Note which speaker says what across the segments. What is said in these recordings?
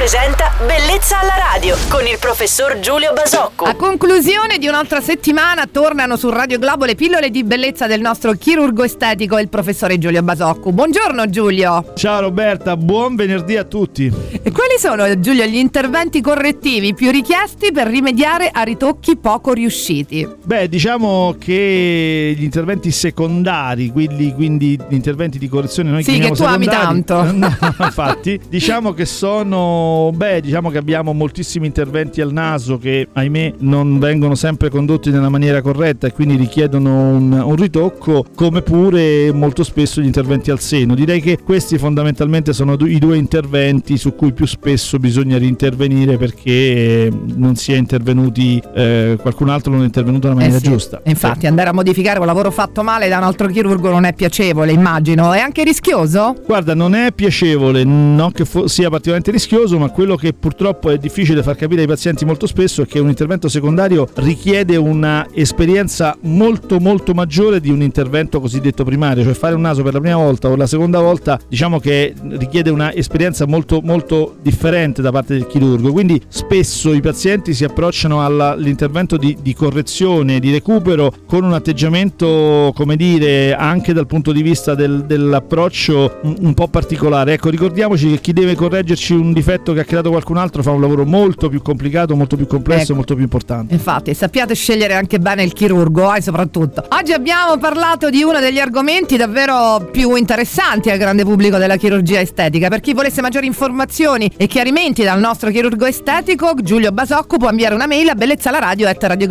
Speaker 1: presenta Bellezza alla radio con il professor Giulio Basocco.
Speaker 2: A conclusione di un'altra settimana tornano su Radio Globo le pillole di bellezza del nostro chirurgo estetico, il professore Giulio Basocco. Buongiorno Giulio.
Speaker 3: Ciao Roberta, buon venerdì a tutti.
Speaker 2: E quali sono, Giulio, gli interventi correttivi più richiesti per rimediare a ritocchi poco riusciti?
Speaker 3: Beh, diciamo che gli interventi secondari, quindi gli interventi di correzione noi
Speaker 2: sì, che tu
Speaker 3: secondari,
Speaker 2: ami tanto.
Speaker 3: No, infatti, diciamo che diciamo che abbiamo moltissimi interventi al naso che, ahimè, non vengono sempre condotti nella maniera corretta e quindi richiedono un ritocco, come pure molto spesso gli interventi al seno. Direi che questi fondamentalmente sono i due interventi su cui più spesso bisogna rintervenire perché non si è intervenuti, qualcun altro non è intervenuto nella maniera giusta.
Speaker 2: Infatti andare a modificare un lavoro fatto male da un altro chirurgo non è piacevole, immagino. È anche rischioso?
Speaker 3: Guarda, non è piacevole, non che sia particolarmente rischioso, ma quello che purtroppo è difficile far capire ai pazienti molto spesso è che un intervento secondario richiede una esperienza molto molto maggiore di un intervento cosiddetto primario, cioè fare un naso per la prima volta o la seconda volta, diciamo che richiede una esperienza molto molto differente da parte del chirurgo, quindi spesso i pazienti si approcciano all'intervento di correzione, di recupero con un atteggiamento, come dire, anche dal punto di vista dell'approccio un po' particolare. Ecco, ricordiamoci che chi deve correggerci un difetto che ha creato qualcun altro fa un lavoro molto più complicato, molto più complesso, molto più importante.
Speaker 2: Infatti, sappiate scegliere anche bene il chirurgo, soprattutto. Oggi abbiamo parlato di uno degli argomenti davvero più interessanti al grande pubblico della chirurgia estetica. Per chi volesse maggiori informazioni e chiarimenti dal nostro chirurgo estetico Giulio Basocco può inviare una mail a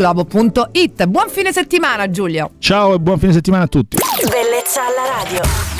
Speaker 2: bellezzalaradio@radioglobo.it. Buon fine settimana Giulio.
Speaker 3: Ciao e buon fine settimana a tutti.
Speaker 1: Bellezza alla radio.